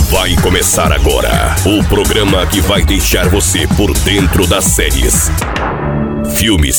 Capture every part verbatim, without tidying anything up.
Vai começar agora o programa que vai deixar você por dentro das séries, filmes,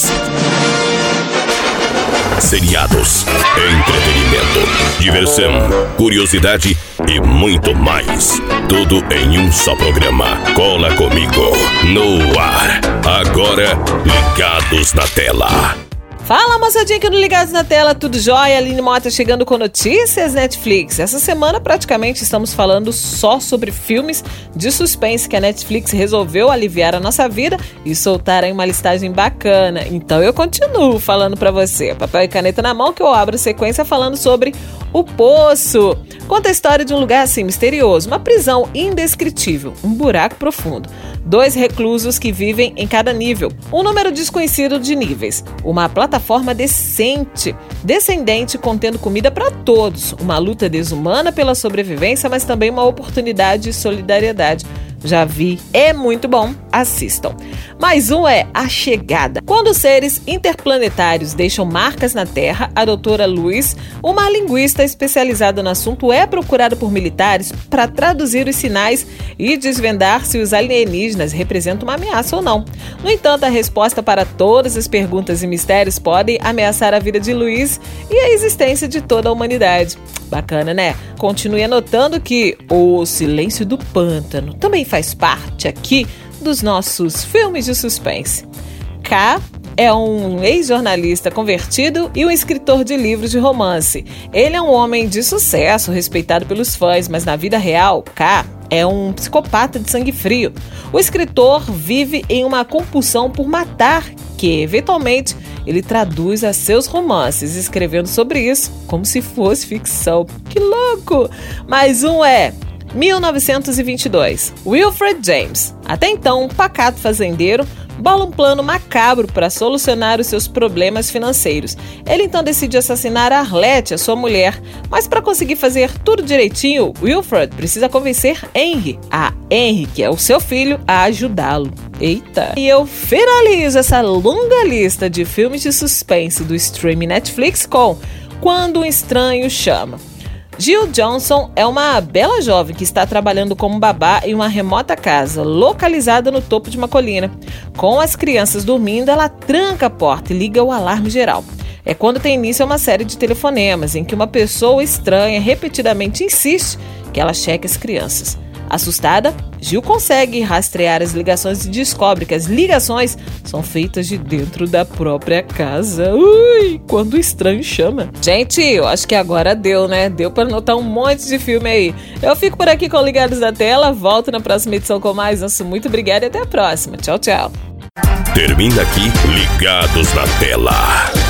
seriados, entretenimento, diversão, curiosidade e muito mais. Tudo em um só programa. Cola comigo no ar. Agora, Ligados na Tela. Fala, moçadinha, aqui no Ligados na Tela, tudo jóia? Aline Mota chegando com notícias Netflix. Essa semana praticamente estamos falando só sobre filmes de suspense que a Netflix resolveu aliviar a nossa vida e soltar aí uma listagem bacana. Então eu continuo falando pra você. Papel e caneta na mão que eu abro a sequência falando sobre O Poço. Conta a história de um lugar assim misterioso, uma prisão indescritível, um buraco profundo. Dois reclusos que vivem em cada nível, um número desconhecido de níveis, uma plataforma decente, descendente contendo comida para todos, uma luta desumana pela sobrevivência, mas também uma oportunidade de solidariedade. Já vi, é muito bom, assistam. Mais um é A Chegada. Quando os seres interplanetários deixam marcas na Terra, a doutora Luz, uma linguista especializada no assunto, é procurada por militares para traduzir os sinais e desvendar se os alienígenas representam uma ameaça ou não. No entanto, a resposta para todas as perguntas e mistérios pode ameaçar a vida de Luz e a existência de toda a humanidade. Bacana, né? Continue anotando que O Silêncio do Pântano também faz parte aqui dos nossos filmes de suspense. K é um ex-jornalista convertido e um escritor de livros de romance. Ele é um homem de sucesso, respeitado pelos fãs, mas na vida real, K é um psicopata de sangue frio. O escritor vive em uma compulsão por matar, que eventualmente ele traduz a seus romances, escrevendo sobre isso como se fosse ficção. Que louco! Mais um é mil novecentos e vinte e dois. Wilfred James, até então um pacato fazendeiro, bola um plano macabro para solucionar os seus problemas financeiros. Ele então decide assassinar a Arlette, a sua mulher, mas para conseguir fazer tudo direitinho, Wilfred precisa convencer Henry, a Henry, que é o seu filho, a ajudá-lo. Eita! E eu finalizo essa longa lista de filmes de suspense do streaming Netflix com Quando um Estranho Chama. Jill Johnson é uma bela jovem que está trabalhando como babá em uma remota casa, localizada no topo de uma colina. Com as crianças dormindo, ela tranca a porta e liga o alarme geral. É quando tem início uma série de telefonemas em que uma pessoa estranha repetidamente insiste que ela cheque as crianças. Assustada, Jill consegue rastrear as ligações e descobre que as ligações são feitas de dentro da própria casa. Ui, quando o estranho chama. Gente, eu acho que agora deu, né? Deu para notar um monte de filme aí. Eu fico por aqui com Ligados na Tela, volto na próxima edição com mais. Nosso muito obrigada e até a próxima. Tchau, tchau. Termina aqui Ligados na Tela.